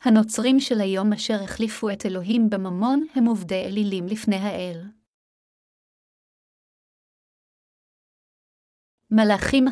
הנוצרים של היום אשר החליפו את אלוהים בממון הם עובדי אלילים לפני האל. מלאכים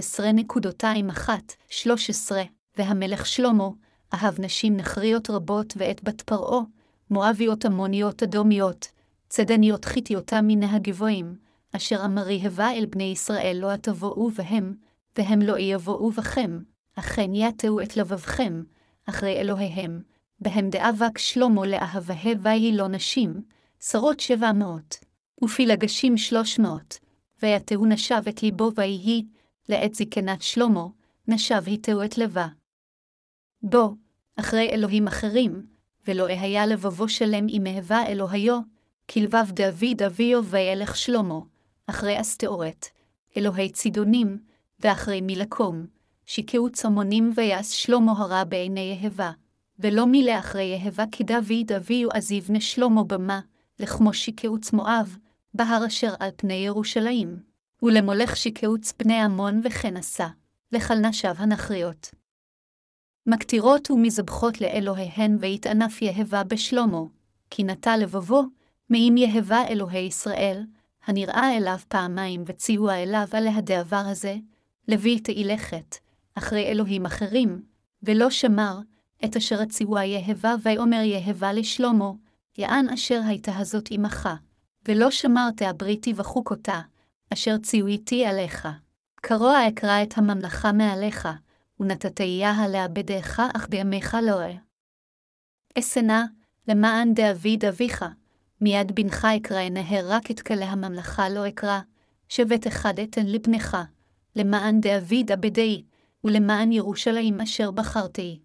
11.2-13 והמלך שלמה אהב נשים נכריות רבות ואת בת פרעה, מואביות עמוניות אדומיות, צדניות חיתיותה מן הגבוהים, אשר אמרי הבא אל בני ישראל לא תבואו והם לא יבואו בכם, אכן יטעו את לבבכם, אחרי אלוהיהם, בהם דאבק שלמה לאהבה ויהי לו נשים, שרות 700, ופילגשים 300, ויתהו נשב את ליבו ויהי, לעת זקנת שלמה, נשב היתהו את לבה. בו, אחרי אלוהים אחרים, ולא היה לבבו שלם עם אהבה אלוהיו, כלבב דוד אביו וילך שלמה, אחרי אסתאורת, אלוהי צידונים, ואחרי מלקום, שיקעו צמונים ויעש שלמה הרע בעיני אהבה, ולא מילא אחרי יהבה כי דוד אביו אז יבנה שלמה במה, לכמו שיקעוץ מואב, בהר אשר על פני ירושלים, ולמולך שיקעוץ פני עמון וכן עשה, לכל נשיו הנכריות. מקטירות ומזבחות לאלוהיהן ויתענף יהבה בשלמה, כי נטה לבבו, מאם יהבה אלוהי ישראל, הנראה אליו פעמיים וציוע אליו על הדבר הזה, לביא תהילכת, אחרי אלוהים אחרים, ולא שמר, את אשר הציוע יהבה ויאמר יהבה לשלמה, יען אשר הייתה הזאת עמך, ולא שמרת הבריתי וחוקותה, אשר ציוויתי עליך. קרוע אקרא את הממלכה מעליך, ונתתיה עליה בדעך אך בימיך לא. אשנה, למען דוד אביך, מיד בנך אקרא נהר רק את כלי הממלכה לא אקרא, שבט אחד אתן לבנך, למען דוד עבדי, ולמען ירושלים אשר בחרתי.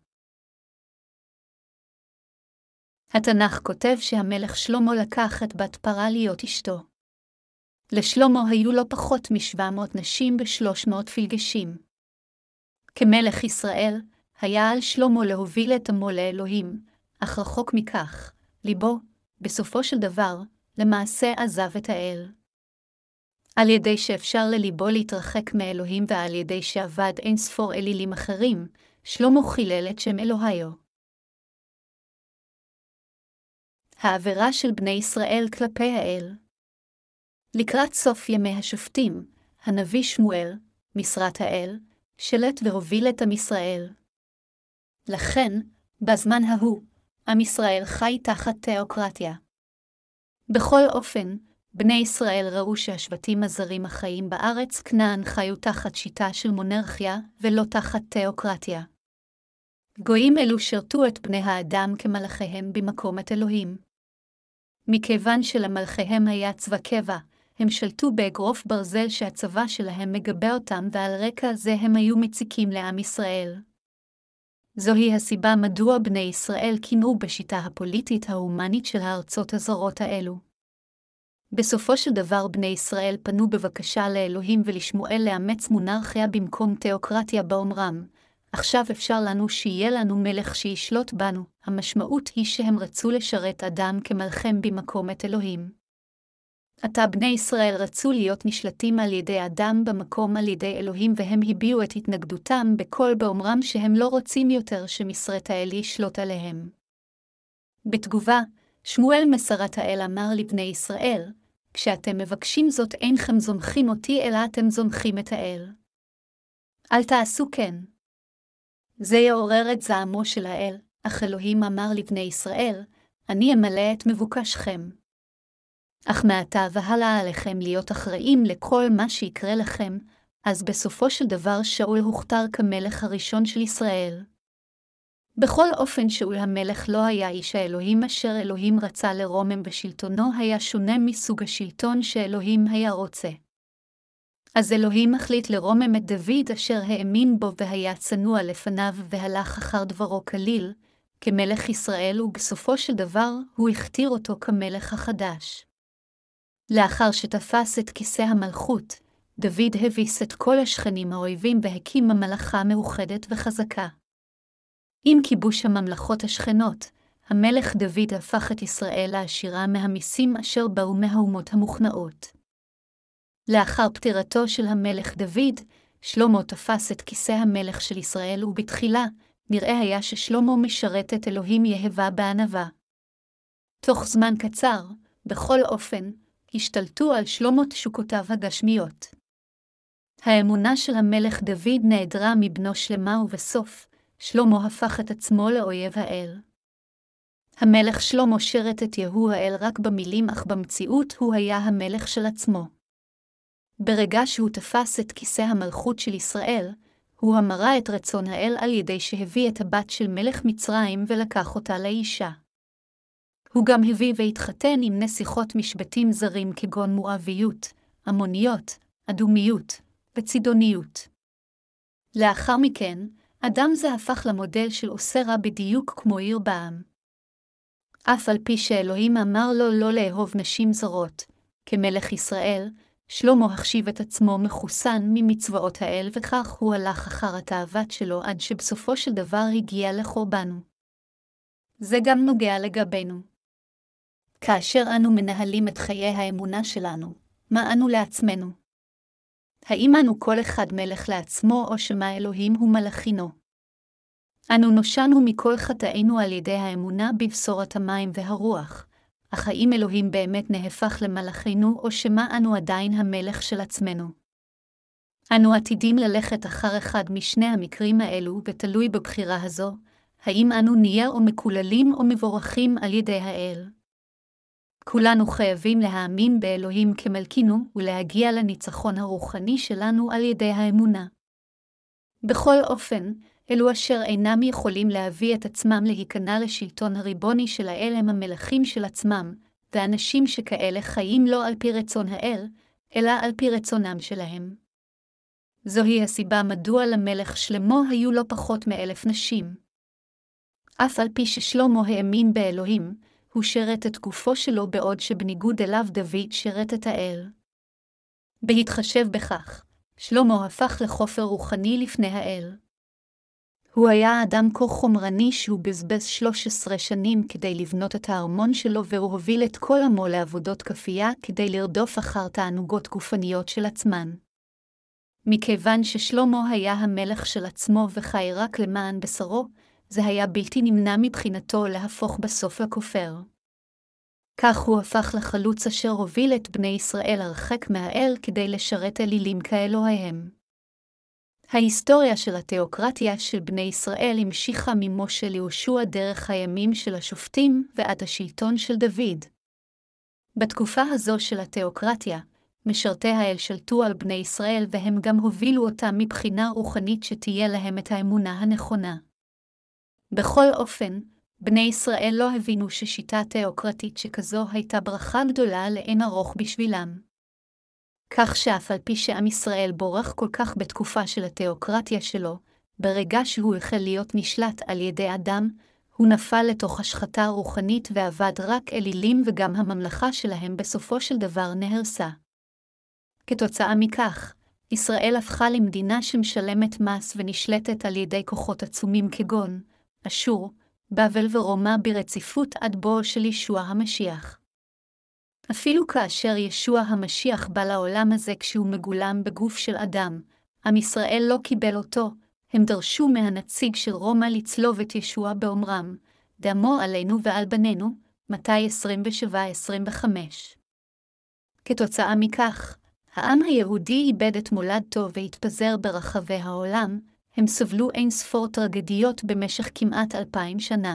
התנ"ך כותב שהמלך שלמה לקח את בת פרעה להיות אשתו. לשלמה היו לא פחות מ700 נשים ב300 פילגשים. כמלך ישראל, היה על שלמה להוביל את עמו לאלוהים, אך רחוק מכך, ליבו, בסופו של דבר, למעשה עזב את האל. על ידי שאפשר לליבו להתרחק מאלוהים ועל ידי שעבד אין ספור אלילים אחרים, שלמה חילל את שם אלוהיו. העבירה של בני ישראל כלפי האל. לקראת סוף ימי השופטים, הנביא שמואל, משרת האל, שלט והוביל את עם ישראל. לכן, בזמן ההוא, עם ישראל חי תחת תיאוקרטיה. בכל אופן, בני ישראל ראו שהשבטים הזרים החיים בארץ כנען חיו תחת שיטה של מונרכיה ולא תחת תיאוקרטיה. גויים אלו שרתו את בני האדם כמלאכיהם במקום את אלוהים. מכיוון שלמלאכיהם היה צבא קבע, הם שלטו באגרוף ברזל שהצבא שלהם מגבה אותם ועל רקע זה הם היו מציקים לעם ישראל. זוהי הסיבה מדוע בני ישראל קינאו בשיטה הפוליטית ההומנית של הארצות הזרות האלו. בסופו של דבר בני ישראל פנו בבקשה לאלוהים ולשמואל לאמץ מונרכיה במקום תיאוקרטיה באומרם, עכשיו אפשר לנו שיהיה לנו מלך שישלוט בנו. המשמעות היא שהם רצו לשרת אדם כמלכם במקום את אלוהים. עתה בני ישראל רצו להיות נשלטים על ידי אדם במקום על ידי אלוהים והם הביעו את התנגדותם בקול באומרם שהם לא רוצים יותר שמשרת האל ישלוט עליהם. בתגובה, שמואל משרת האל אמר לבני ישראל, כשאתם מבקשים זאת אינכם זונחים אותי אלא אתם זונחים את האל. אל תעשו כן. זה יעורר את זעמו של האל, אך אלוהים אמר לבני ישראל, אני אמלא את מבוקשכם. אך מעתה והלאה עליכם להיות אחראים לכל מה שיקרה לכם, אז בסופו של דבר שאול הוכתר כמלך הראשון של ישראל. בכל אופן שאול המלך לא היה איש האלוהים אשר אלוהים רצה לרומם בשלטונו היה שונה מסוג השלטון שאלוהים היה רוצה. אז אלוהים החליט לרומם את דוד אשר האמין בו והיה צנוע לפניו והלך אחר דברו כליל, כמלך ישראל ובסופו של דבר הוא הכתיר אותו כמלך החדש. לאחר שתפס את כיסא המלכות, דוד הביס את כל השכנים האויבים והקים ממלכה מאוחדת וחזקה. עם כיבוש הממלכות השכנות, המלך דוד הפך את ישראל לעשירה מהמיסים אשר באו מהאומות המוכנעות. לאחר פטירתו של המלך דוד, שלמה תפס את כיסא המלך של ישראל ובתחילה נראה היה ששלמה משרת את אלוהים יהבה בענווה. תוך זמן קצר, בכל אופן, השתלטו על שלמה תשוקותיו הגשמיות. האמונה של המלך דוד נעדרה מבנו שלמה ובסוף, שלמה הפך את עצמו לאויב האל. המלך שלמה שירת את יהוא האל רק במילים אך במציאות הוא היה המלך של עצמו. ברגע שהוא תפס את כיסא המלכות של ישראל, הוא המרה את רצון האל על ידי שהביא את הבת של מלך מצרים ולקח אותה לאישה. הוא גם הביא והתחתן עם נסיכות משבטים זרים כגון מואביות, עמוניות, אדומיות וצידוניות. לאחר מכן, אדם זה הפך למודל של עושה רע בדיוק כמו ירבעם. אף על פי שאלוהים אמר לו לא לאהוב נשים זרות, כמלך ישראל, שלמה החשיב את עצמו מחוסן ממצוות האל וכך הוא הלך אחר התאוות שלו עד שבסופו של דבר הגיע לחורבנו. זה גם נוגע לגבינו. כאשר אנו מנהלים את חיי האמונה שלנו, מה אנו לעצמנו? האם אנו כל אחד מלך לעצמו או שמא אלוהים הוא מלכינו? אנו נושענו מכל חטאינו על ידי האמונה בבשורת המים והרוח, אך האם אלוהים באמת נהפך למלכינו או שמא אנו עדיין המלך של עצמנו? אנו עתידים ללכת אחר אחד משני המקרים האלו ותלוי בבחירה הזו, האם אנו נהיה או מקוללים או מבורכים על ידי האל. כולנו חייבים להאמין באלוהים כמלכינו ולהגיע לניצחון הרוחני שלנו על ידי האמונה. בכל אופן, אלו אשר אינם יכולים להביא את עצמם להיכנע לשלטון הריבוני של האל הם המלכים של עצמם, ואנשים שכאלה חיים לא על פי רצון האל, אלא על פי רצונם שלהם. זוהי הסיבה מדוע למלך שלמה היו לא פחות מ1,000 נשים. אף על פי ששלמה האמין באלוהים, הוא שירת את גופו שלו בעוד שבניגוד אליו דוד שירת את האל. בהתחשב בכך, שלמה הפך לחופר רוחני לפני האל. הוא היה אדם כה חומרני שהוא בזבז 13 שנים כדי לבנות את הארמון שלו והוא הוביל את כל עמו לעבודות כפייה כדי לרדוף אחר תענוגות גופניות של עצמן. מכיוון ששלמה היה המלך של עצמו וחי רק למען בשרו, זה היה בלתי נמנע מבחינתו להפוך בסוף לכופר. כך הוא הפך לחלוץ אשר הוביל את בני ישראל הרחק מהאל כדי לשרת אלילים כאלוהיהם. ההיסטוריה של התיאוקרטיה של בני ישראל המשיכה ממשה ליהושע דרך הימים של השופטים ועד השלטון של דוד. בתקופה הזו של התיאוקרטיה, משרתי האל שלטו על בני ישראל והם גם הובילו אותם מבחינה רוחנית שתהיה להם את האמונה הנכונה. בכל אופן, בני ישראל לא הבינו ששיטה תיאוקרטית שכזו הייתה ברכה גדולה לאין ארוך בשבילם. כך שאף על פי שעם ישראל בורח כל כך בתקופה של התיאוקרטיה שלו, ברגע שהוא החל להיות נשלט על ידי אדם, הוא נפל לתוך השחתה רוחנית ועבד רק אלילים וגם הממלכה שלהם בסופו של דבר נהרסה. כתוצאה מכך, ישראל הפכה למדינה שמשלמת מס ונשלטת על ידי כוחות עצומים כגון אשור, בבל ורומא ברציפות עד בואו של ישוע המשיח. אפילו כאשר ישוע המשיח בא לעולם הזה כשהוא מגולם בגוף של אדם, עם ישראל לא קיבל אותו, הם דרשו מהנציג של רומא לצלוב את ישוע באומרם, דמו עלינו ועל בנינו, מתי 27-25. כתוצאה מכך, העם היהודי איבד את מולדתו והתפזר ברחבי העולם, הם סבלו אין ספור טרגדיות במשך כמעט 2000 שנה.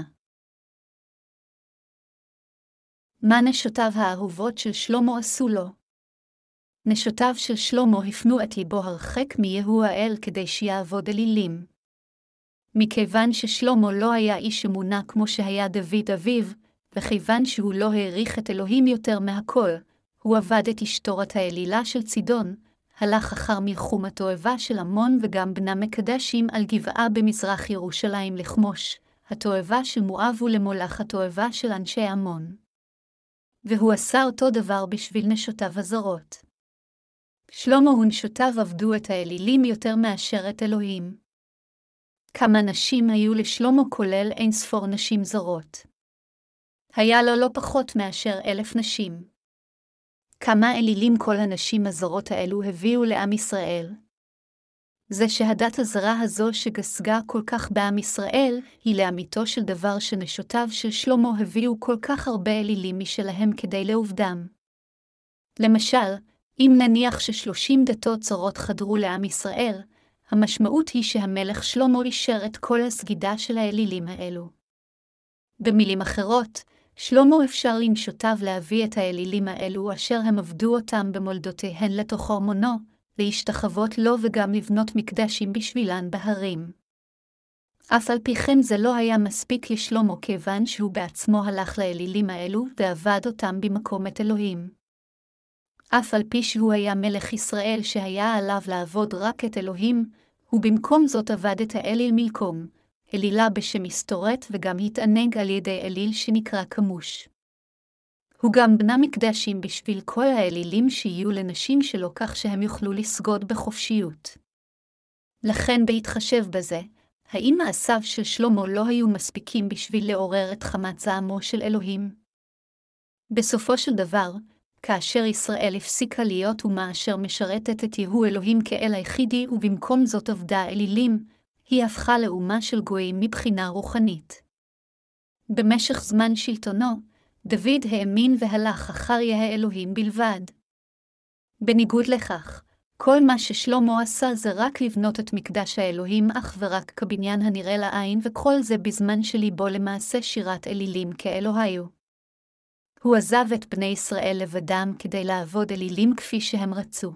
מה נשותיו האהובות של שלמה עשו לו? נשותיו של שלמה הפנו את ליבו הרחק מיהוא האל כדי שיעבוד אלילים. מכיוון ששלמה לא היה איש אמונה כמו שהיה דוד אביו, וכיוון שהוא לא העריך את אלוהים יותר מהכל, הוא עבד את אשתורת האלילה של צידון, הלך אחר מלחום התועבה של עמון וגם בנה מקדשים על גבעה במזרח ירושלים לכמוש, התועבה של מואב ולמולך התועבה של אנשי עמון. והוא עשה אותו דבר בשביל נשותיו הזרות. שלמה ונשותיו עבדו את האלילים יותר מאשר את אלוהים. כמה נשים היו לשלמה כולל אין ספור נשים זרות. היה לו לא פחות מאשר 1,000 נשים. כמה אלילים כל הנשים הזרות האלו הביאו לעם ישראל. זה שהדת הזרה הזו שגסגה כל כך בעם ישראל, היא לאמיתו של דבר שנשותיו של שלמה הביאו כל כך הרבה אלילים משלהם כדי לעובדם. למשל, אם נניח ש30 דתות זרות חדרו לעם ישראל, המשמעות היא שהמלך שלמה אישר את כל הסגידה של האלילים האלו. במילים אחרות, שלמה אפשר לנשותיו להביא את האלילים האלו אשר הם עבדו אותם במולדותיהן לתוך ארמונו, להשתחוות לו וגם לבנות מקדשים בשבילן בהרים. אף על פי כן זה לא היה מספיק לשלמה כיוון שהוא בעצמו הלך לאלילים האלו ועבד אותם במקום את אלוהים. אף על פי שהוא היה מלך ישראל שהיה עליו לעבוד רק את אלוהים, הוא במקום זאת עבד את האליל מלקום, אלילה בשם מסתורת וגם התענג על ידי אליל שנקרא כמוש. הוא גם בנה מקדשים בשביל כל האלילים שיהיו לנשים שלו כך שהם יוכלו לסגוד בחופשיות. לכן בהתחשב בזה, האם מעשיו של שלמה לא היו מספיקים בשביל לעורר את חמת זעמו של אלוהים? בסופו של דבר, כאשר ישראל הפסיקה להיות אומה אשר משרתת את יהו אלוהים כאל היחידי ובמקום זאת עבדה אלילים, היא הפכה לאומה של גויים מבחינה רוחנית. במשך זמן שלטונו, דוד האמין והלך אחר יהא אלוהים בלבד. בניגוד לכך, כל מה ששלמה עשה זה רק לבנות את מקדש האלוהים אך ורק כבניין הנראה לעין וכל זה בזמן שליבו למעשה שירת אלילים כאלוהיו. הוא עזב את בני ישראל לבדם כדי לעבוד אלילים כפי שהם רצו.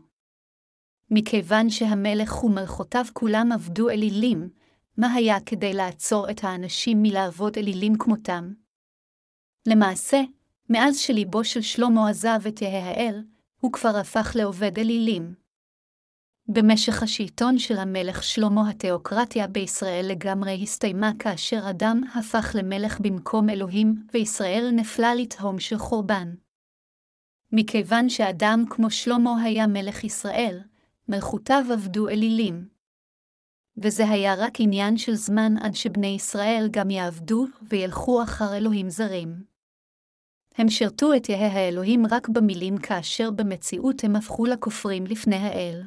מכיוון שהמלך ומלכותיו כולם עבדו אלילים, מה היה כדי לעצור את האנשים מלעבוד אלילים כמותם? למעשה, מאז שליבו של שלמה עזב את יהא האל, הוא כבר הפך לעובד אלילים. במשך השלטון של המלך שלמה התיאוקרטיה בישראל לגמרי הסתיימה כאשר אדם הפך למלך במקום אלוהים וישראל נפלה לתהום של חורבן. מכיוון שאדם כמו שלמה היה מלך ישראל, מלכותיו עבדו אלילים. וזה היה רק עניין של זמן עד שבני ישראל גם יעבדו וילכו אחר אלוהים זרים. הם שרתו את יהא האלוהים רק במילים כאשר במציאות הם הפכו לכופרים לפני האל.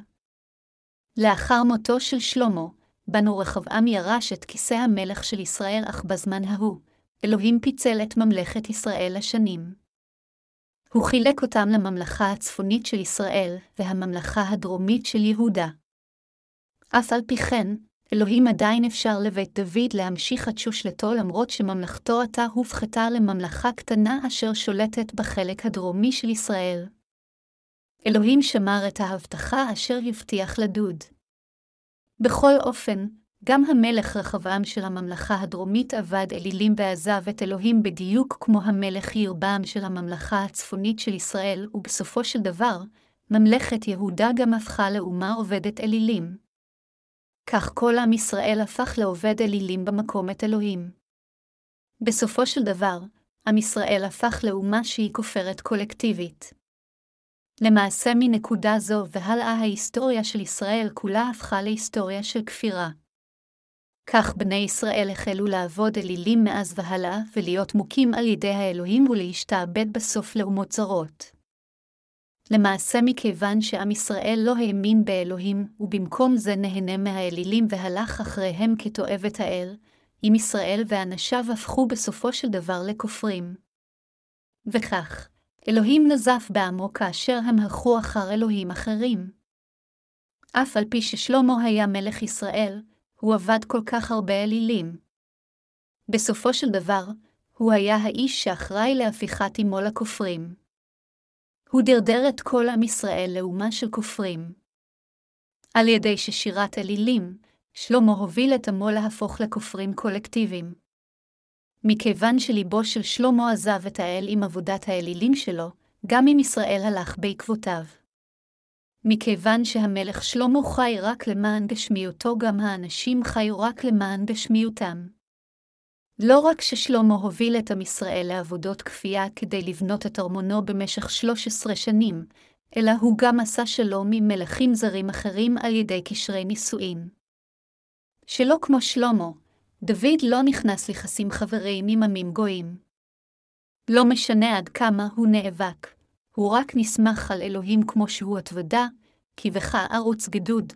לאחר מותו של שלמה, בנו רחבעם ירש את כיסא המלך של ישראל אך בזמן ההוא, אלוהים פיצל את ממלכת ישראל לשנים. הוא חילק אותם לממלכה הצפונית של ישראל והממלכה הדרומית של יהודה. אף על פי כן, אלוהים עדיין אפשר לבית דוד להמשיך את שושלתו למרות שממלכתו עתה הופחתה לממלכה קטנה אשר שולטת בחלק הדרומי של ישראל. אלוהים שמר את ההבטחה אשר יבטיח לדוד. בכל אופן, גם המלך רחבעם של הממלכה הדרומית עבד אלילים ועזב את אלוהים בדיוק כמו המלך ירבעם של הממלכה הצפונית של ישראל, ובסופו של דבר, ממלכת יהודה גם הפכה לאומה עובדת אלילים. כך כל עם ישראל הפך לעובד אלילים במקום את אלוהים. בסופו של דבר, עם ישראל הפך לאומה שהיא כופרת קולקטיבית. למעשה מנקודה זו והלאה ההיסטוריה של ישראל כולה הפכה להיסטוריה של כפירה. כך בני ישראל החלו לעבוד אלילים מאז והלאה ולהיות מוכים על ידי האלוהים ולהשתעבד בסוף לאומות זרות. למעשה מכיוון שעם ישראל לא האמין באלוהים ובמקום זה נהנה מהאלילים והלך אחריהם כתועבת האל, עם ישראל ואנשיו הפכו בסופו של דבר לכופרים. וכך, אלוהים נזף בעמו כאשר הם הלכו אחר אלוהים אחרים. אף על פי ששלמה היה מלך ישראל, הוא עבד כל כך הרבה אלילים. בסופו של דבר, הוא היה האיש שאחראי להפיכת עמו לכופרים. הוא דרדר את כל עם ישראל לאומה של כופרים. על ידי ששירת אלילים, שלמה הוביל את עמו להפוך לכופרים קולקטיביים. מכיוון שליבו של שלמה עזב את האל עם עבודת האלילים שלו, גם עם ישראל הלך בעקבותיו. מכיוון שהמלך שלמה חי רק למען גשמיותו, גם האנשים חיו רק למען גשמיותם. לא רק ששלמה הוביל את עם ישראל לעבודות כפייה כדי לבנות את ארמונו במשך 13 שנים, אלא הוא גם עשה שלום עם מלכים זרים אחרים על ידי קשרי נישואין. שלא כמו שלמה, דוד לא נכנס ליחסים חבריים עם עמים גויים. לא משנה עד כמה הוא נאבק, הוא רק נסמך על אלוהים כמו שהוא התוודה, כי בך ערוץ גדוד,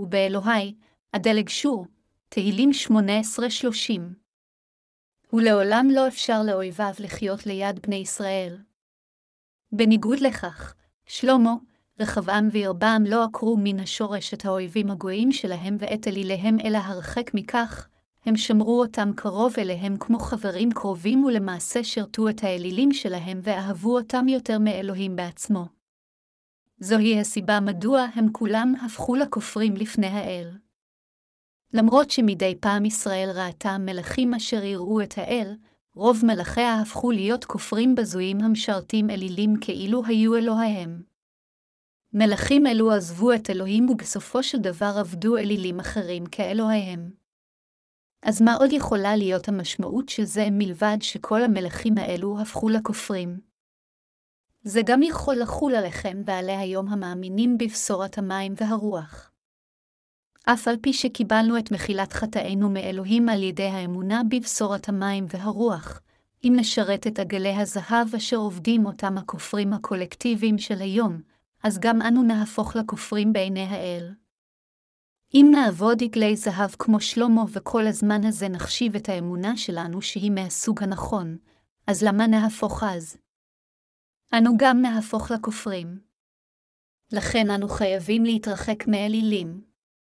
ובאלוהי, אדלג שור, תהילים 18:30. ולעולם לא אפשר לאויביו לחיות ליד בני ישראל. בניגוד לכך, שלמה, רחבעם וירבעם לא עקרו מן השורש את האויבים הגויים שלהם ואת אליליהם, אלא הרחק מכך, הם שמרו אותם קרוב אליהם כמו חברים קרובים, ולמעשה שרתו את האלילים שלהם ואהבו אותם יותר מאלוהים בעצמו. זוהי הסיבה מדוע הם כולם הפכו לכופרים לפני האל. למרות שמדי פעם ישראל ראתה מלכים אשר יראו את האל, רוב מלכיה הפכו להיות כופרים בזויים המשרתים אלילים כאילו היו אלוהיהם. מלכים אלו עזבו את אלוהים ובסופו של דבר עבדו אלילים אחרים כאלוהיהם. אז מה עוד יכולה להיות המשמעות של זה מלבד שכל המלכים האלו הפכו לכופרים? זה גם יכול לחול עליכם ועלי היום המאמינים בבשורת המים והרוח. אף על פי שקיבלנו את מחילת חטאינו מאלוהים על ידי האמונה בבשורת המים והרוח, אם נשרת את עגלי הזהב אשר עובדים אותם הכופרים הקולקטיביים של היום, אז גם אנו נהפוך לכופרים בעיני האל. אם נעבוד עגלי זהב כמו שלמה וכל הזמן הזה נחשיב את האמונה שלנו שהיא מהסוג הנכון, אז למה נהפוך אז? אנו גם נהפוך לכופרים. לכן אנו חייבים להתרחק מאלילים.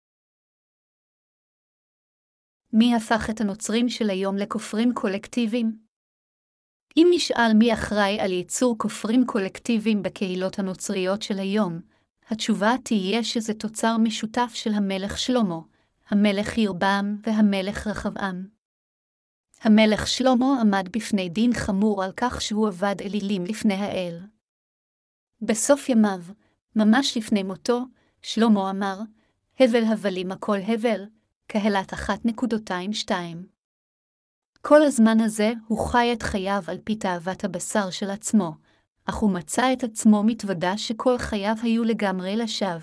מי הפך את הנוצרים של היום לכופרים קולקטיביים? אם נשאל מי אחראי על ייצור כופרים קולקטיביים בקהילות הנוצריות של היום, התשובה תהיה שזה תוצר משותף של המלך שלמה, המלך ירבעם והמלך רחבעם. המלך שלמה עמד בפני דין חמור על כך שהוא עבד אלילים לפני האל. בסוף ימיו, ממש לפני מותו, שלמה אמר, הבל הבלים הכל הבל, קהלת 1.2. כל הזמן הזה הוא חי את חייו על פי תאוות הבשר של עצמו, אך הוא מצא את עצמו מתוודה שכל חייו היו לגמרי לשווא.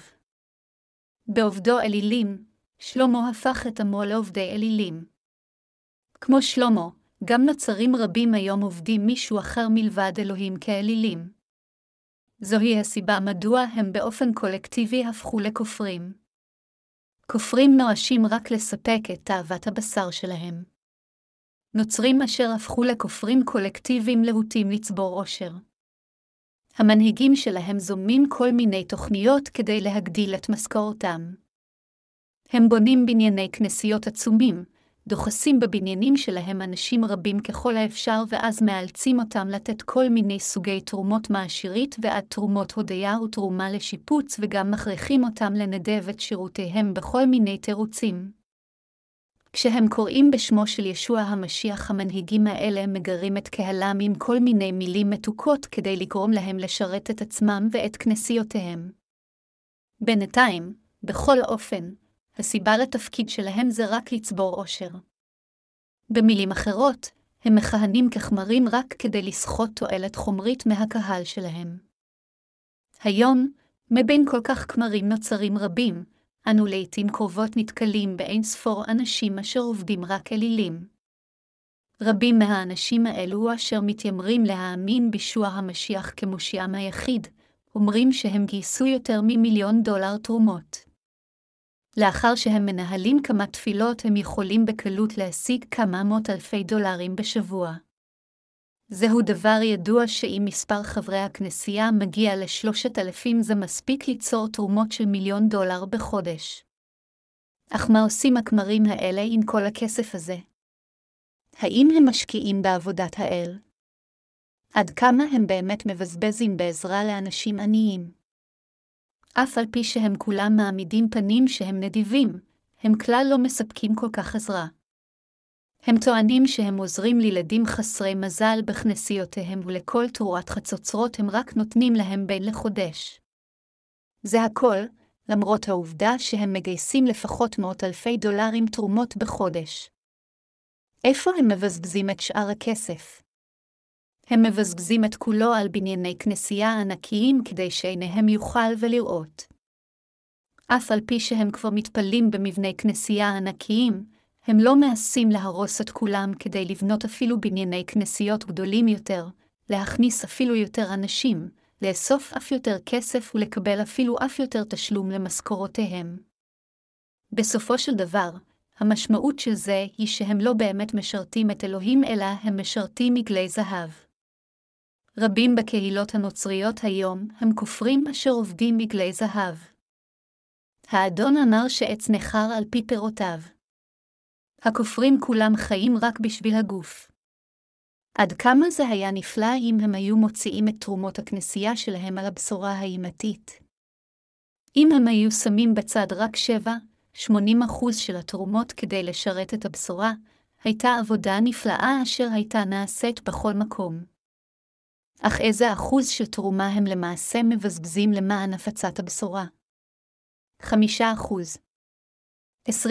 בעובדו אלילים, שלמה הפך את עמו לעובדי אלילים. כמו שלמה, גם נוצרים רבים היום עובדים מישהו אחר מלבד אלוהים כאלילים. זוהי הסיבה מדוע הם באופן קולקטיבי הפכו לכופרים. כופרים נואשים רק לספק את תאוות הבשר שלהם. נוצרים אשר הפכו לכופרים קולקטיביים להוטים לצבור עושר. המנהיגים שלהם זומים כל מיני תוכניות כדי להגדיל את משכורתם. הם בונים בנייני כנסיות עצומים, דוחסים בבניינים שלהם אנשים רבים ככל האפשר ואז מאלצים אותם לתת כל מיני סוגי תרומות מעשירית ועד תרומות הודיה ותרומה לשיפוץ וגם מכריחים אותם לנדב את שירותיהם בכל מיני תירוצים. כשהם קוראים בשמו של ישוע המשיח, המנהיגים האלה מגרים את קהלם עם כל מיני מילים מתוקות כדי לגרום להם לשרת את עצמם ואת כנסיותיהם. בינתיים, בכל אופן, הסיבה לתפקיד שלהם זה רק לצבור עושר. במילים אחרות, הם מכהנים כחמרים רק כדי לסחוט תועלת חומרית מהקהל שלהם. היום, מבין כל כך כמרים נוצרים רבים, אנו לעתים קרובות נתקלים באין ספור אנשים אשר עובדים רק אלילים. רבים מהאנשים האלו אשר מתיימרים להאמין בישוע המשיח כמושיעם היחיד, אומרים שהם גייסו יותר $1,000,000 תרומות. לאחר שהם מנהלים כמה תפילות הם יכולים בקלות להשיג כמה מאות אלפי דולרים בשבוע. זהו דבר ידוע שאם מספר חברי הכנסייה מגיע ל3,000 זה מספיק ליצור תרומות של $1,000,000 בחודש. אך מה עושים הכמרים האלה עם כל הכסף הזה? האם הם משקיעים בעבודת האל? עד כמה הם באמת מבזבזים בעזרה לאנשים עניים? אף על פי שהם כולם מעמידים פנים שהם נדיבים, הם כלל לא מספקים כל כך עזרה. הם טוענים שהם עוזרים לילדים חסרי מזל בכנסיותיהם ולכל תרועת חצוצרות הם רק נותנים להם בין לחודש. זה הכל, למרות העובדה שהם מגייסים לפחות $100,000 תרומות בחודש. איפה הם מבזבזים את שאר הכסף? הם מבזבזים את כולו על בנייני כנסייה ענקיים כדי שעיניהם יוכל ולראות. אף על פי שהם כבר מתפלים במבני כנסייה ענקיים, הם לא מעשים להרוס את כולם כדי לבנות אפילו בנייני כנסיות גדולים יותר, להכניס אפילו יותר אנשים, לאסוף אף יותר כסף ולקבל אפילו אף יותר תשלום למשכורותיהם. בסופו של דבר, המשמעות של זה היא שהם לא באמת משרתים את אלוהים אלא הם משרתים עגלי זהב. רבים בקהילות הנוצריות היום הם כופרים אשר עובדים עגלי זהב. האדון אמר שעץ נחר על פי פירותיו. הכופרים כולם חיים רק בשביל הגוף. עד כמה זה היה נפלא אם הם היו מוציאים את תרומות הכנסייה שלהם על הבשורה האימתית. אם הם היו שמים בצד רק 7-80% של התרומות כדי לשרת את הבשורה, הייתה עבודה נפלאה אשר הייתה נעשית בכל מקום. אך איזה אחוז של תרומה הם למעשה מבזבזים למען הפצת הבשורה? 5%. 20%.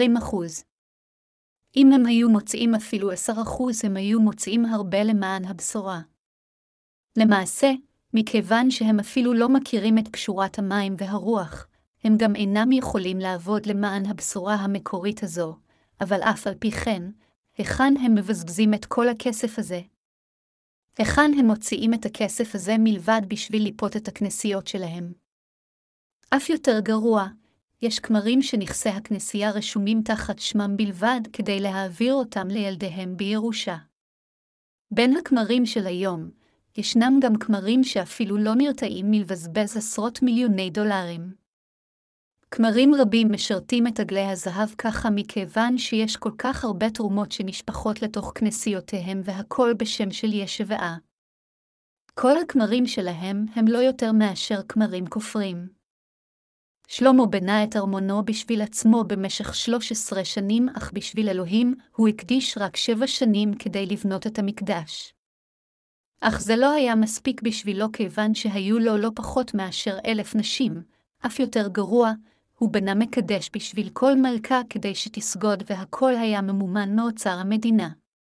אם הם היו מוצאים אפילו 10%, הם היו מוצאים הרבה למען הבשורה. למעשה, מכיוון שהם אפילו לא מכירים את קשורת המים והרוח, הם גם אינם יכולים לעבוד למען הבשורה המקורית הזו, אבל אף על פי כן, היכן הם מבזבזים את כל הכסף הזה? היכן הם מוציאים את הכסף הזה מלבד בשביל ליפות את הכנסיות שלהם? אף יותר גרוע, יש כמרים שנכסי הכנסייה רשומים תחת שמם בלבד כדי להעביר אותם לילדיהם בירושה. בין הכמרים של היום, ישנם גם כמרים שאפילו לא נרתעים מלבזבז עשרות מיליוני דולרים. כמרים רבים משרתים את עגלי הזהב ככה מכיוון שיש כל כך הרבה תרומות שנשפחות לתוך כנסיותיהם והכל בשם של ישבעה. כל הכמרים שלהם הם לא יותר מאשר כמרים כופרים. שלמה בנה את ארמונו בשביל עצמו במשך 13 שנים, אך בשביל אלוהים הוא הקדיש רק 7 שנים כדי לבנות את המקדש. אך זה לא היה מספיק בשבילו כיוון שהיו לו לא פחות מאשר 1,000 נשים, אף יותר גרוע, הוא בנה מקדש בשביל כל מלכה כדי שתסגוד והכל היה ממומן מאוצר המדינה.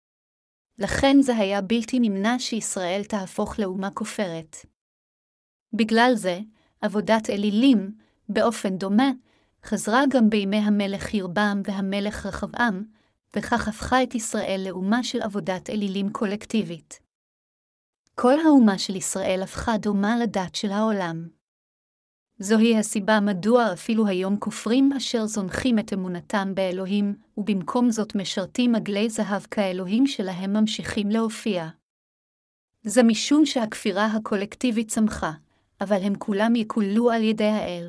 לכן זה היה בלתי נמנע שישראל תהפוך לאומה כופרת. בגלל זה, עבודת אלילים, באופן דומה, חזרה גם בימי המלך ירבעם והמלך רחבעם, וכך הפכה את ישראל לאומה של עבודת אלילים קולקטיבית. כל האומה של ישראל הפכה דומה לדת של העולם. זוהי הסיבה מדוע אפילו היום כופרים אשר זונחים את אמונתם באלוהים, ובמקום זאת משרתים עגלי זהב כאלוהים שלהם ממשיכים להופיע. זה משום שהכפירה הקולקטיבית צמחה, אבל הם כולם יקוללו על ידי האל.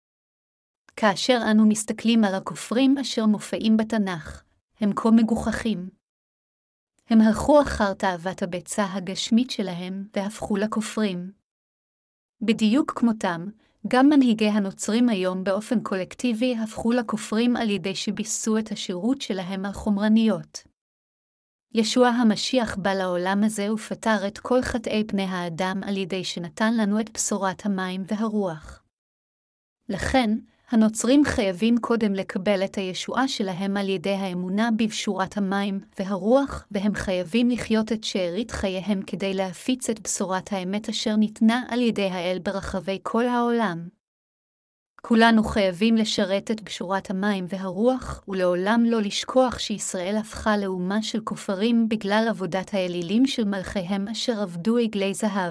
כאשר אנו מסתכלים על הכופרים אשר מופיעים בתנ"ך, הם כה מגוחכים. הם הלכו אחר תאוות הביצה הגשמית שלהם והפכו לכופרים. בדיוק כמותם, גם מנהיגי הנוצרים היום באופן קולקטיבי הפכו לכופרים על ידי שביססו את השירות שלהם על חומרניות. ישוע המשיח בא לעולם הזה ופתר את כל חטאי בני האדם על ידי שנתן לנו את בשורת המים והרוח. לכן, הנוצרים חייבים קודם לקבל את הישועה שלהם על ידי האמונה בבשורת המים והרוח, והם חייבים לחיות את שארית חייהם כדי להפיץ את בשורת האמת אשר ניתנה על ידי האל ברחבי כל העולם. כולנו חייבים לשרת את בשורת המים והרוח, ולעולם לא לשכוח שישראל הפכה לאומה של כופרים בגלל עבודת האלילים של מלכיהם אשר עבדו עגלי זהב.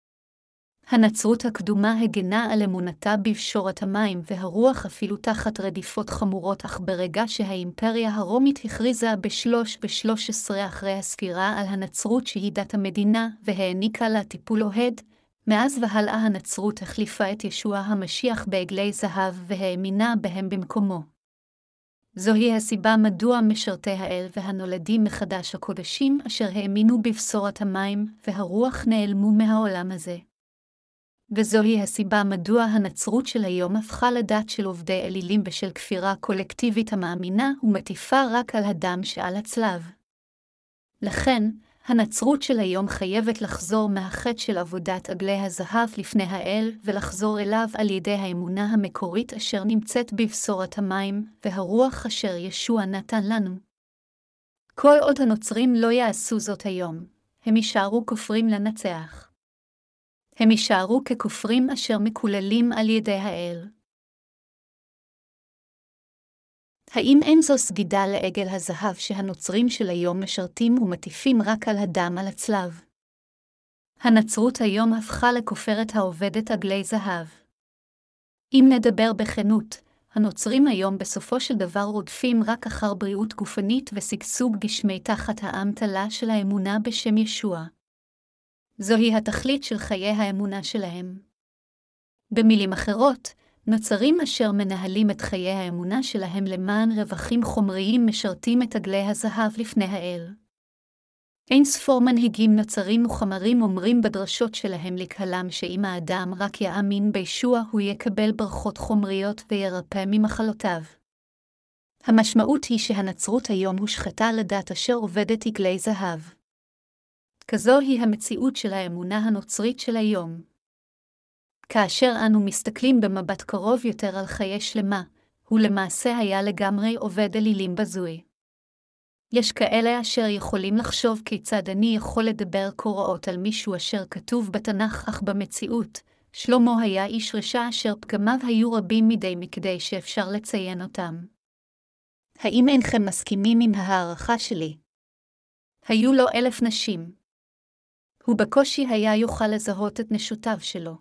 הנצרות הקדומה הגנה על אמונתה בבשורת המים והרוח אפילו תחת רדיפות חמורות, אך ברגע שהאימפריה הרומית הכריזה ב-313 אחרי הספירה על הנצרות שהיא דת המדינה והעניקה לה טיפול אוהד, מאז והלאה הנצרות החליפה את ישוע המשיח בעגלי זהב והאמינה בהם במקומו. זוהי הסיבה מדוע משרתי האל והנולדים מחדש הקודשים אשר האמינו בבשורת המים והרוח נעלמו מהעולם הזה. וזוהי הסיבה מדוע הנצרות של היום הפכה לדת של עובדי אלילים בשל כפירה קולקטיבית המאמינה ומטיפה רק על הדם שעל הצלב. לכן, הנצרות של היום חייבת לחזור מהחטא של עבודת עגלי הזהב לפני האל ולחזור אליו על ידי האמונה המקורית אשר נמצאת בבשורת המים והרוח אשר ישוע נתן לנו. כל עוד הנוצרים לא יעשו זאת היום, הם יישארו כופרים לנצח. הם יישארו ככופרים אשר מקוללים על ידי האל. האם אין זו סגידה לעגל הזהב שהנוצרים של היום משרתים ומטיפים רק על הדם על הצלב? הנצרות היום הפכה לכופרת העובדת עגלי זהב. אם נדבר בכנות, הנוצרים היום בסופו של דבר רודפים רק אחר בריאות גופנית ושגשוג גשמי תחת האמתלה של האמונה בשם ישוע. זוהי התכלית של חיי האמונה שלהם. במילים אחרות, נוצרים אשר מנהלים את חיי האמונה שלהם למען רווחים חומריים משרתים את עגלי הזהב לפני האל. אין ספור מנהיגים נוצרים וחמרים אומרים בדרשות שלהם לקהלם שאם האדם רק יאמין בישוע הוא יקבל ברכות חומריות וירפא ממחלותיו. המשמעות היא שהנצרות היום הושחתה לדת אשר עובדת עגלי זהב. כזו היא המציאות של האמונה הנוצרית של היום. כאשר אנו מסתכלים במבט קרוב יותר על חיי שלמה, הוא למעשה היה לגמרי עובד אלילים בזוי. יש כאלה אשר יכולים לחשוב כיצד אני יכול לדבר קוראות על מישהו אשר כתוב בתנ"ך, אך במציאות, שלמה היה איש רשע אשר פגמיו היו רבים מדי מכדי שאפשר לציין אותם. האם אינכם מסכימים עם ההערכה שלי? היו לו 1,000 נשים. הוא בקושי היה יוכל לזהות את נשותיו שלו.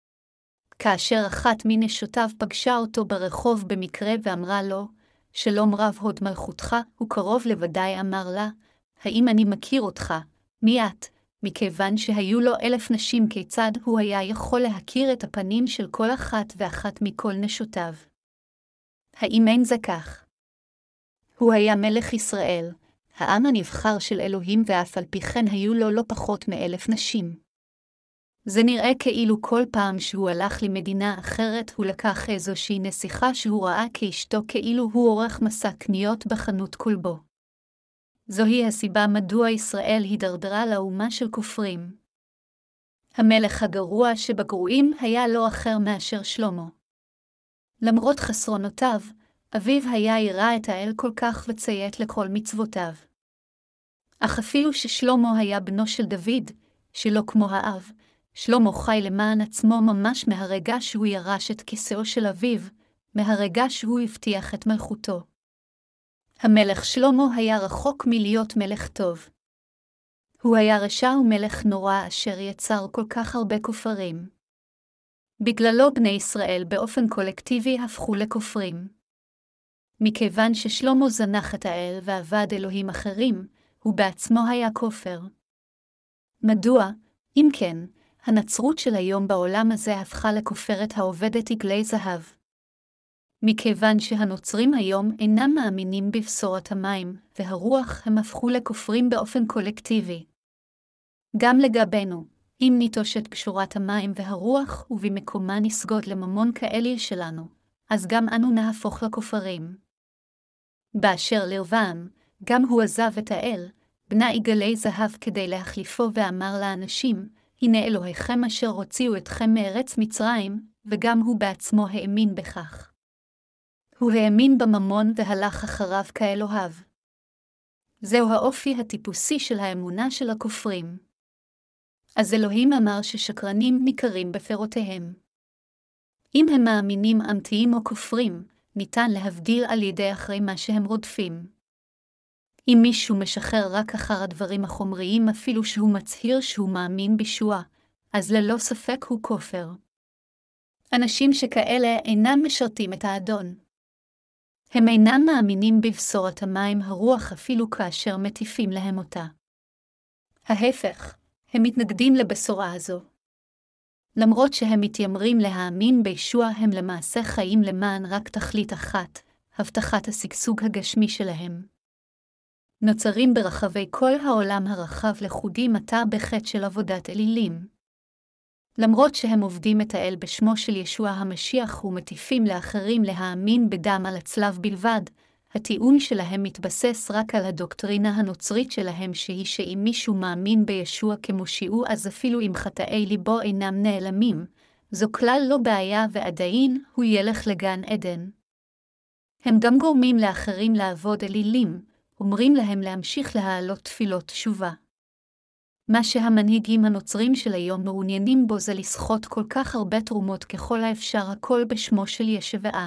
כאשר אחת מנשותיו פגשה אותו ברחוב במקרה ואמרה לו, שלום רב הוד מלכותך, הוא קרוב לוודאי אמר לה, האם אני מכיר אותך, מי את? מכיוון שהיו לו 1,000 נשים כיצד הוא היה יכול להכיר את הפנים של כל אחת ואחת מכל נשותיו? האם אין זה כך? הוא היה מלך ישראל, העם הנבחר של אלוהים ואף על פי כן היו לו לא פחות מ1,000 נשים. זה נראה כאילו כל פעם שהוא הלך למדינה אחרת הוא לקח איזושהי נסיכה שהוא ראה כאשתו כאילו הוא עורך מסע קניות בחנות כלבו. זוהי הסיבה מדוע ישראל הידרדרה לאומה של כופרים. המלך הגרוע שבגרועים היה לא אחר מאשר שלמה. למרות חסרונותיו, אביו היה ירא את האל כל כך וציית לכל מצוותיו. אך אפילו ששלמה היה בנו של דוד, שלא כמו האב, שלמה חי למען עצמו ממש מהרגע שהוא ירש את כיסאו של אביו, מהרגע שהוא הבטיח את מלכותו. המלך שלמה היה רחוק מלהיות מלך טוב. הוא היה רשע ומלך נורא אשר יצר כל כך הרבה כופרים. בגללו בני ישראל באופן קולקטיבי הפכו לכופרים. מכיוון ששלמה זנח את האל ועבד אלוהים אחרים, הוא בעצמו היה כופר. מדוע, אם כן, הנצרות של היום בעולם הזה הפכה לכופרת העובדת עגלי זהב? מכיוון שהנוצרים היום אינם מאמינים בבשורת המים והרוח, הם הפכו לכופרים באופן קולקטיבי. גם לגבינו, אם ניטוש את בשורת המים והרוח ובמקומה נסגוד לממון כאליל שלנו, אז גם אנו נהפוך לכופרים. באשר לרבעם, גם הוא עזב את האל, בנה עגלי זהב כדי להחליפו ואמר לאנשים, הנה אלוהיכם אשר הוציאו אתכם מארץ מצרים, וגם הוא בעצמו האמין בכך. הוא האמין בממון והלך אחריו כאלוהיו. זהו האופי הטיפוסי של האמונה של הכופרים. אז אלוהים אמר ששקרנים ניכרים בפירותיהם. אם הם מאמינים אמיתיים או כופרים, ניתן להבדיל על ידי אחרי מה שהם רודפים. אם מישהו משחרר רק אחר הדברים החומריים אפילו שהוא מצהיר שהוא מאמין בישוע, אז ללא ספק הוא כופר. אנשים שכאלה אינם משרתים את האדון. הם אינם מאמינים בבשורת המים הרוח אפילו כאשר מטיפים להם אותה. ההפך, הם מתנגדים לבשורה הזו. למרות שהם מתיימרים להאמין בישוע הם למעשה חיים למען רק תכלית אחת, הבטחת השגשוג הגשמי שלהם. נוצרים ברחבי כל העולם הרחב לכודים עתה בחטא של עבודת אלילים. למרות שהם עובדים את האל בשמו של ישוע המשיח ומטיפים לאחרים להאמין בדם על הצלב בלבד, הטיעון שלהם מתבסס רק על הדוקטרינה הנוצרית שלהם שהיא שאם מישהו מאמין בישוע כמושיעו אז אפילו אם חטאי ליבו אינם נעלמים, זו כלל לא בעיה ועדיין הוא ילך לגן עדן. הם גם גורמים לאחרים לעבוד אלילים, אומרים להם להמשיך להעלות תפילות תשובה. מה שהמנהיגים הנוצרים של היום מעוניינים בו זה לסחוט כל כך הרבה תרומות ככל האפשר הכל בשמו של ישוע.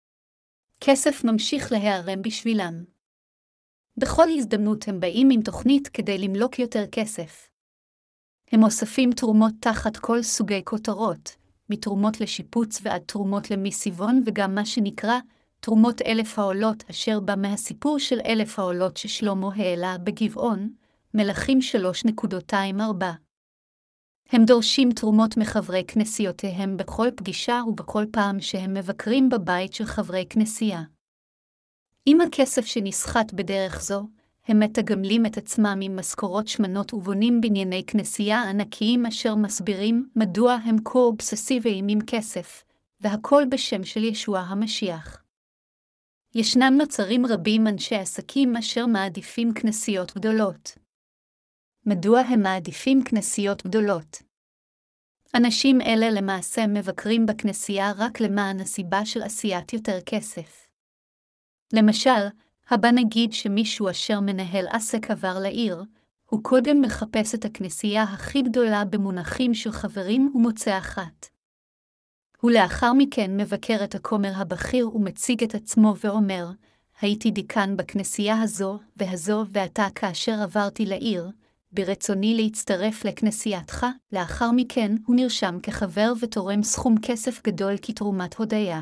כסף ממשיך להיערם בשבילם. בכל הזדמנות הם באים עם תוכנית כדי למלוק יותר כסף. הם אוספים תרומות תחת כל סוגי כותרות, מתרומות לשיפוץ ועד תרומות למיסיבון וגם מה שנקרא תרומות 1000 העולות, אשר בא מהסיפור של 1000 העולות ששלמה העלה בגבעון, מלכים 3.24. הם דורשים תרומות מחברי כנסיותיהם בכל פגישה ובכל פעם שהם מבקרים בבית של חברי כנסייה. עם הכסף שנסחט בדרך זו, הם מתגמלים את עצמם עם משכורות שמנות ובונים בנייני כנסייה ענקיים אשר מסבירים מדוע הם כה אובססיביים עם כסף, והכל בשם של ישוע המשיח. ישנם נוצרים רבים אנשי עסקים אשר מעדיפים כנסיות גדולות. מדוע הם מעדיפים כנסיות גדולות? אנשים אלה למעשה מבקרים בכנסייה רק למען הסיבה של עשיית יותר כסף. למשל, הבא נגיד שמישהו אשר מנהל עסק עבר לעיר, הוא קודם מחפש את הכנסייה הכי גדולה במונחים של חברים ומוצא אחת. ולאחר מכן מבקר את הכומר הבכיר ומציג את עצמו ואומר, הייתי דיקן בכנסייה הזו והזו ועתה כאשר עברתי לעיר, ברצוני להצטרף לכנסייתך, לאחר מכן הוא נרשם כחבר ותורם סכום כסף גדול כתרומת הודיה.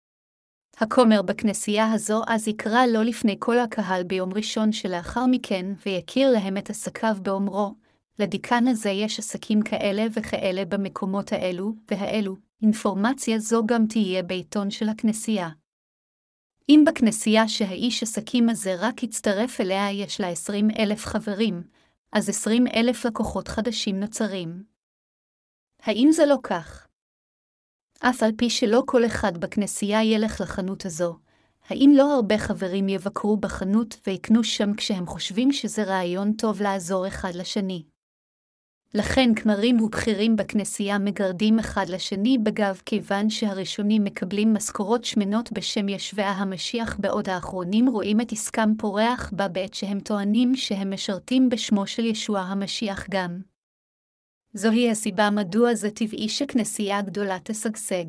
הכומר בכנסייה הזו אז יקרא לו לפני כל הקהל ביום ראשון שלאחר מכן ויכיר להם את עסקיו באומרו, לדיקן הזה יש עסקים כאלה וכאלה במקומות האלו והאלו, אינפורמציה זו גם תהיה בעיתון של הכנסייה. אם בכנסייה שהאיש עסקים הזה רק יצטרף אליה יש לה 20,000 חברים, אז 20,000 לקוחות חדשים נוצרים. האם זה לא כך? אף על פי שלא כל אחד בכנסייה ילך לחנות הזו, האם לא הרבה חברים יבקרו בחנות ויקנו שם כשהם חושבים שזה רעיון טוב לעזור אחד לשני? לכן כמרים ובכירים בכנסייה מגרדים אחד לשני בגב כיוון שהראשונים מקבלים משכורות שמנות בשם ישוע המשיח בעוד האחרונים רואים את עסקם פורח בה בעת שהם טוענים שהם משרתים בשמו של ישוע המשיח גם. זוהי הסיבה מדוע זה טבעי שכנסייה גדולה תשגשג.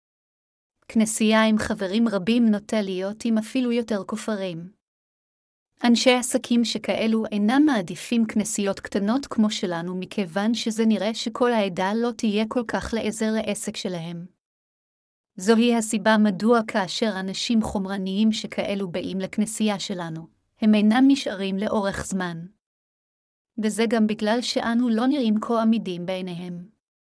כנסייה עם חברים רבים נוטה להיות עם אפילו יותר כופרים. אנשי עסקים שכאלו אינם מעדיפים כנסיות קטנות כמו שלנו מכיוון שזה נראה שכל העדה לא תהיה כל כך לעזר לעסק שלהם. זוהי הסיבה מדוע כאשר אנשים חומרניים שכאלו באים לכנסייה שלנו, הם אינם נשארים לאורך זמן. וזה גם בגלל שאנו לא נראים כה עמידים בעיניהם.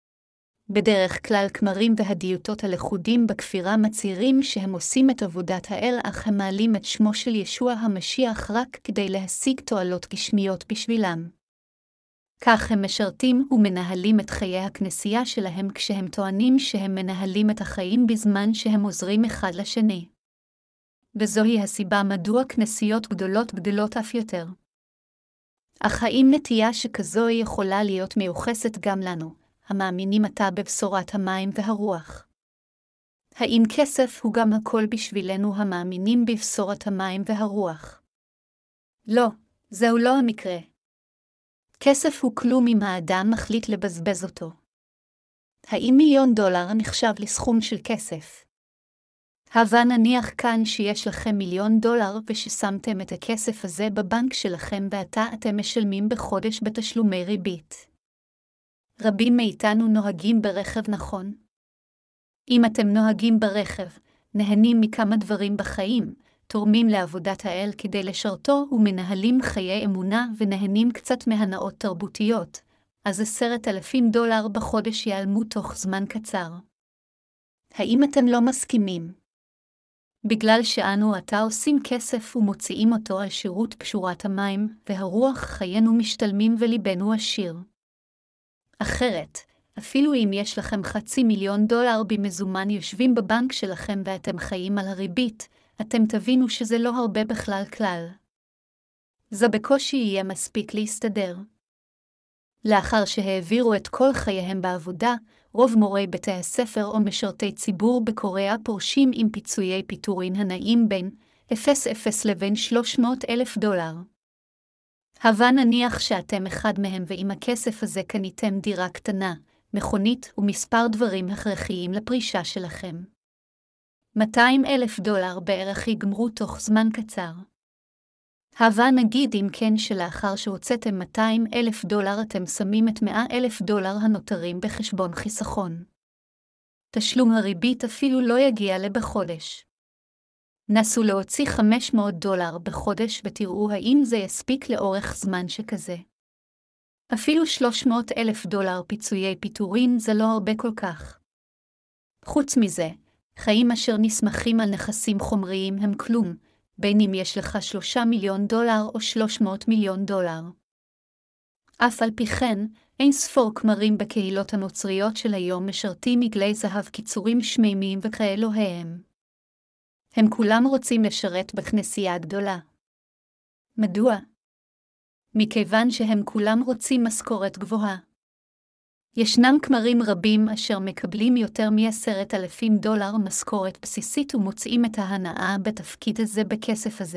בדרך כלל כמרים והדיוטות הלכודים בכפירה מצהירים שהם עושים את עבודת האל אך הם מעלים את שמו של ישוע המשיח רק כדי להשיג תועלות גשמיות בשבילם. כך הם משרתים ומנהלים את חיי הכנסייה שלהם כשהם טוענים שהם מנהלים את החיים בזמן שהם עוזרים אחד לשני. וזוהי הסיבה מדוע כנסיות גדולות אף יותר. אך האם נטייה שכזו יכולה להיות מיוחסת גם לנו, המאמינים עתה בבשורת המים והרוח? האם כסף הוא גם הכל בשבילנו המאמינים בבשורת המים והרוח? לא, זהו לא המקרה. כסף הוא כלום אם האדם מחליט לבזבז אותו. האם $1,000,000 נחשב לסכום של כסף? הבה נניח כאן שיש לכם $1,000,000 וששמתם את הכסף הזה בבנק שלכם ועתה אתם משלמים בחודש בתשלומי ריבית. רבים מאיתנו נוהגים ברכב נכון. אם אתם נוהגים ברכב, נהנים מכמה דברים בחיים, תורמים לעבודת האל כדי לשרתו ומנהלים חיי אמונה ונהנים קצת מהנאות תרבותיות, אז $10,000 בחודש ייעלמו תוך זמן קצר. האם אתם לא מסכימים? בגלל שאנו עתה עושים כסף ומוציאים אותו על שירות פשורת המים, והרוח חיינו משתלמים וליבנו עשיר. אחרת, אפילו אם יש לכם $500,000 במזומן יושבים בבנק שלכם ואתם חיים על הריבית, אתם תבינו שזה לא הרבה בכלל כלל. זה בקושי יהיה מספיק להסתדר. לאחר שהעבירו את כל חייהם בעבודה, רוב מורי בתי הספר או משרתי ציבור בקוריאה פורשים עם פיצויי פיטורין הנעים בין 0 לבין $300,000. הבה נניח שאתם אחד מהם ועם הכסף הזה קניתם דירה קטנה, מכונית ומספר דברים הכרחיים לפרישה שלכם. $200,000 בערך יגמרו תוך זמן קצר. הבה נגיד אם כן שלאחר שהוצאתם $200,000 אתם שמים את $100,000 הנותרים בחשבון חיסכון. תשלום הריבית אפילו לא יגיע בחודש. נסו להוציא $500 בחודש ותראו האם זה יספיק לאורך זמן שכזה. אפילו $300,000 פיצויי פיטורין זה לא הרבה כל כך. חוץ מזה, חיים אשר נסמכים על נכסים חומריים הם כלום, בין אם יש לך $3 מיליון או $300 מיליון. אף על פי כן, אין ספור כמרים בקהילות הנוצריות של היום משרתים עגלי זהב קיצורים שמימיים וכאלו הם. הם כולם רוצים לשרת בכנסייה הגדולה. מדוע? מכיוון שהם כולם רוצים משכורת גבוהה. ישנם כמרים רבים אשר מקבלים יותר $10,000 משכורת בסיסית ומוצאים את ההנאה בתפקיד הזה בכסף הזה.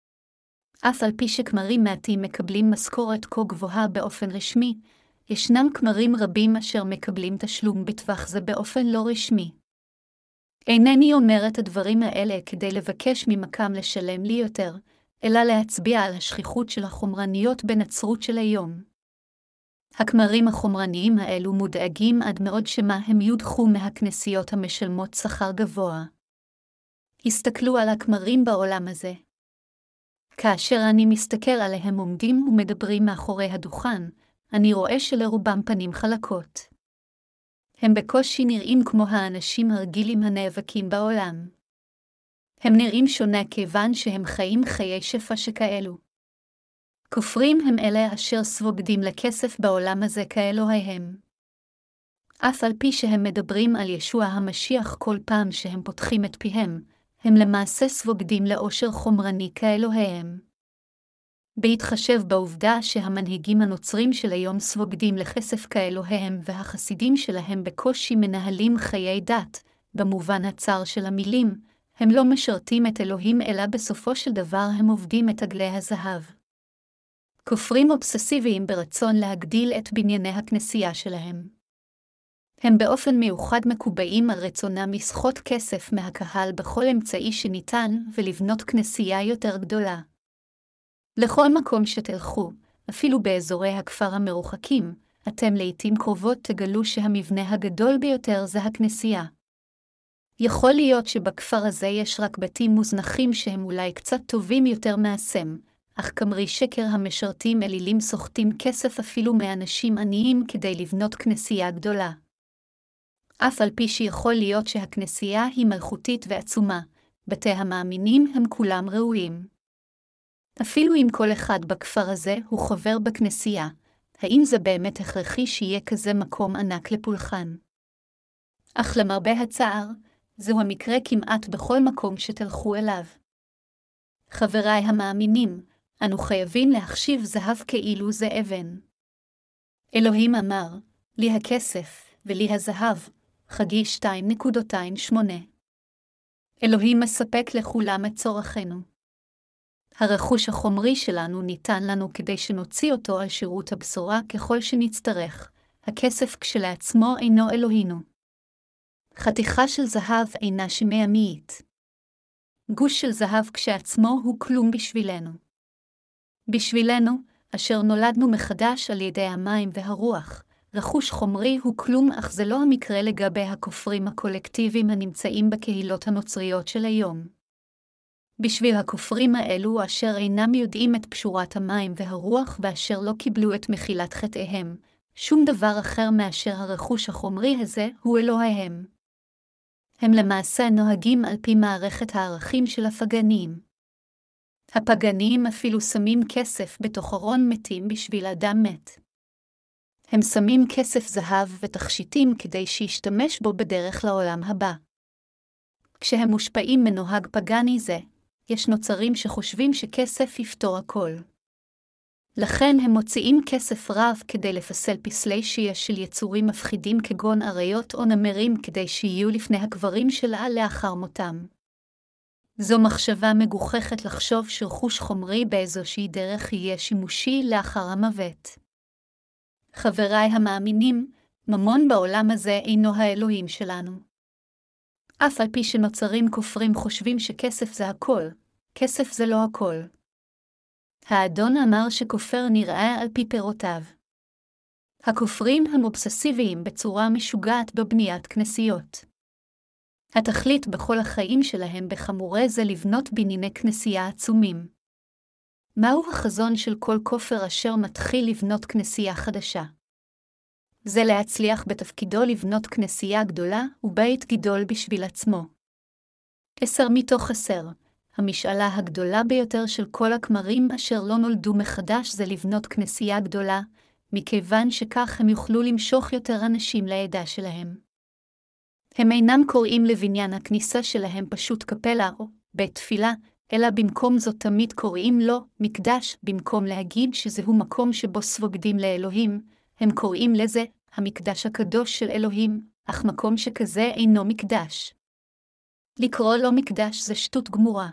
אף על פי שכמרים מעטים מקבלים משכורת כה גבוהה באופן רשמי, ישנם כמרים רבים אשר מקבלים תשלום בטווח זה באופן לא רשמי. אינני אומר את הדברים האלה כדי לבקש ממקם לשלם לי יותר, אלא להצביע על השכיחות של החומרניות בנצרות של היום. הכמרים החומרניים האלו מודאגים עד מאוד שמה הם יודחו מהכנסיות המשלמות שכר גבוה. הסתכלו על הכמרים בעולם הזה. כאשר אני מסתכל עליהם עומדים ומדברים מאחורי הדוכן, אני רואה שלרובם פנים חלקות. הם בקושי נראים כמו האנשים הרגילים הנאבקים בעולם. הם נראים שונה כיוון שהם חיים חיי שפע שכאלו. כופרים הם אלה אשר סבוגדים לכסף בעולם הזה כאלו הם. אף על פי שהם מדברים על ישוע המשיח כל פעם שהם פותחים את פיהם, הם למעשה סבוגדים לאושר חומרני כאלו הם. בהתחשב בעובדה שהמנהיגים הנוצרים של היום סבוגדים לכסף כאלו הם והחסידים שלהם בקושי מנהלים חיי דת, במובן הצר של המילים, הם לא משרתים את אלוהים אלא בסופו של דבר הם עובדים את עגלי הזהב. כופרים אובססיביים ברצון להגדיל את בנייני הכנסייה שלהם. הם באופן מיוחד מקובעים על רצונם לסחוט כסף מהקהל בכל אמצעי שניתן ולבנות כנסייה יותר גדולה. לכל מקום שתלכו, אפילו באזורי הכפר המרוחקים, אתם לעתים קרובות תגלו שהמבנה הגדול ביותר זה הכנסייה. יכול להיות שבכפר הזה יש רק בתים מוזנחים שהם אולי קצת טובים יותר מהסם, אך כמרי שקר המשרתים אלילים סוחטים כסף אפילו מאנשים עניים כדי לבנות כנסייה גדולה. אף על פי שיכול להיות שהכנסייה היא מלכותית ועצומה, בתי המאמינים הם כולם ראויים. אפילו אם כל אחד בכפר הזה הוא חבר בכנסייה, האם זה באמת הכרחי שיהיה כזה מקום ענק לפולחן? אך למרבה הצער, זהו המקרה כמעט בכל מקום שתלכו אליו. חבריי המאמינים, אנו חייבים להחשיב זהב כאילו זה אבן. אלוהים אמר, לי הכסף ולי הזהב, חגי 2:8. אלוהים מספק לכולם את צורכנו. הרכוש החומרי שלנו ניתן לנו כדי שנוציא אותו על שירות הבשורה ככל שנצטרך, הכסף כשלעצמו אינו אלוהינו. חתיכה של זהב אינה שמיימית. גוש של זהב כשעצמו הוא כלום בשבילנו. בשבילנו, אשר נולדנו מחדש על ידי המים והרוח, רכוש חומרי הוא כלום, אך זה לא המקרה לגבי הכופרים הקולקטיביים הנמצאים בקהילות הנוצריות של היום. בשביל הכופרים האלו אשר אינם יודעים את פשורת המים והרוח ואשר לא קיבלו את מחילת חטאיהם, שום דבר אחר מאשר הרכוש החומרי הזה הוא אלוהיהם. הם למעשה נוהגים על פי מערכת הערכים של הפגנים. הפגנים אפילו שמים כסף בתוך ארון מתים בשביל אדם מת. הם שמים כסף זהב ותכשיטים כדי שישתמש בו בדרך לעולם הבא. כשהם מושפעים מנוהג פגני זה, יש נוצרים שחושבים שכסף יפתור הכל. לכן הם מוציאים כסף רב כדי לפסל פסלי שיש של יצורים מפחידים כגון אריות או נמרים כדי שיהיו לפני הקברים שלה לאחר מותם. זו מחשבה מגוחכת לחשוב שרכוש חומרי באיזושהי דרך יהיה שימושי לאחר המוות. חבריי המאמינים, ממון בעולם הזה אינו האלוהים שלנו. אף על פי שנוצרים כופרים חושבים שכסף זה הכל, כסף זה לא הכל. האדון אמר שכופר נראה על פי פירותיו. הכופרים הם אובססיביים בצורה משוגעת בבניית כנסיות. התכלית בכל החיים שלהם בחמורי זה לבנות בנייני כנסייה עצומים. מהו החזון של כל כופר אשר מתחיל לבנות כנסייה חדשה? זה להצליח בתפקידו לבנות כנסייה גדולה ובית גדול בשביל עצמו. 10/10. המשאלה הגדולה ביותר של כל הכמרים אשר לא נולדו מחדש זה לבנות כנסייה גדולה, מכיוון שכך הם יוכלו למשוך יותר אנשים לעדה שלהם. הם אינם קוראים לבניין הכניסה שלהם פשוט קפלה או בית תפילה, אלא במקום זאת תמיד קוראים לו מקדש. במקום להגיד שזהו מקום שבו סוגדים לאלוהים, הם קוראים לזה המקדש הקדוש של אלוהים, אך מקום שכזה אינו מקדש. לקרוא לו מקדש זה שטות גמורה.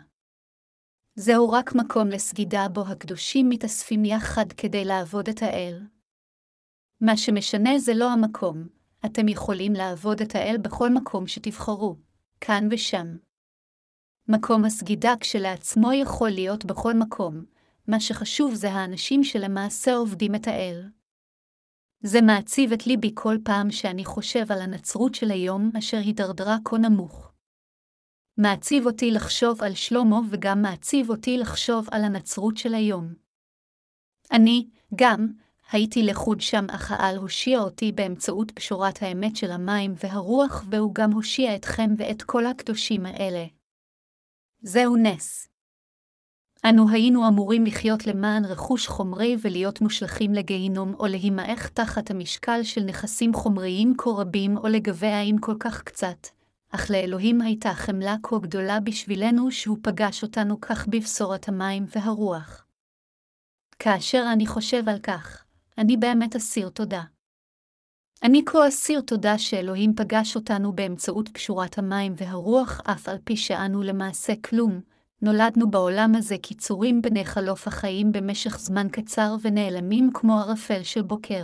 זהו רק מקום לסגידה בו הקדושים מתאספים יחד כדי לעבוד את האל. מה שמשנה זה לא המקום, אתם יכולים לעבוד את האל בכל מקום שתבחרו, כאן ושם. מקום הסגידה כשלעצמו יכול להיות בכל מקום, מה שחשוב זה האנשים שלמעשה עובדים את האל. זה מעציב את ליבי כל פעם שאני חושב על הנצרות של היום אשר הידרדרה כה נמוך. מעציב אותי לחשוב על שלמה וגם מעציב אותי לחשוב על הנצרות של היום. אני, גם, הייתי לחוד שם אך העל הושיע אותי באמצעות פשורת האמת של המים והרוח והוא גם הושיע אתכם ואת כל הקדושים האלה. זהו נס. אנו היינו אמורים לחיות למען רכוש חומרי ולהיות מושלכים לגיהינום או להימעך תחת המשקל של נכסים חומריים כה רבים או לגביה עם כל כך קצת, אך לאלוהים הייתה חמלה כה גדולה בשבילנו שהוא פגש אותנו כך בבשורת המים והרוח. כאשר אני חושב על כך, אני באמת אסיר תודה. אני כה אסיר תודה שאלוהים פגש אותנו באמצעות פשורת המים והרוח אף על פי שאנו למעשה כלום, נולדנו בעולם הזה קיצורים בני חלוף החיים במשך זמן קצר ונעלמים כמו ערפל של בוקר.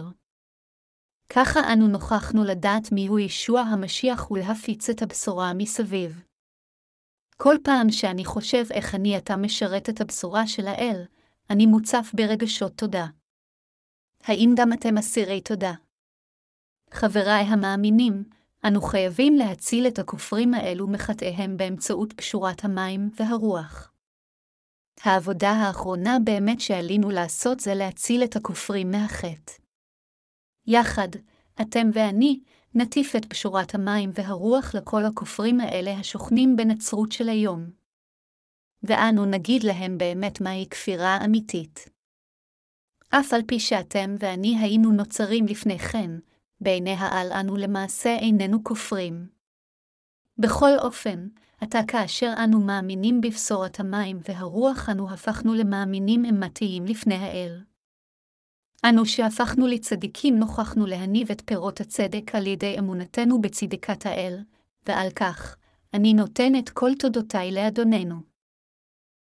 ככה אנו נוכחנו לדעת מיהו ישוע המשיח ולהפיץ את הבשורה מסביב. כל פעם שאני חושב איך אני עתה משרת את הבשורה של האל, אני מוצף ברגשות תודה. האם גם אתם אסירי תודה? חבריי המאמינים, אנו חייבים להציל את הכופרים האלו מחטאיהם באמצעות פשורת המים והרוח. העבודה האחרונה באמת שעלינו לעשות זה להציל את הכופרים מהחטא. יחד, אתם ואני, נטיף את פשורת המים והרוח לכל הכופרים האלה השוכנים בנצרות של היום. ואנו נגיד להם באמת מהי כפירה אמיתית. אף על פי שאתם ואני היינו נוצרים לפני כן, בעיני העל אנו למעשה איננו כופרים. בכל אופן, עתה כאשר אנו מאמינים בבשורת המים והרוח אנו הפכנו למאמינים אמיתיים לפני האל. אנו שהפכנו לצדיקים נוכחנו להניב את פירות הצדק על ידי אמונתנו בצדקת האל, ועל כך, אני נותן את כל תודותיי לאדוננו.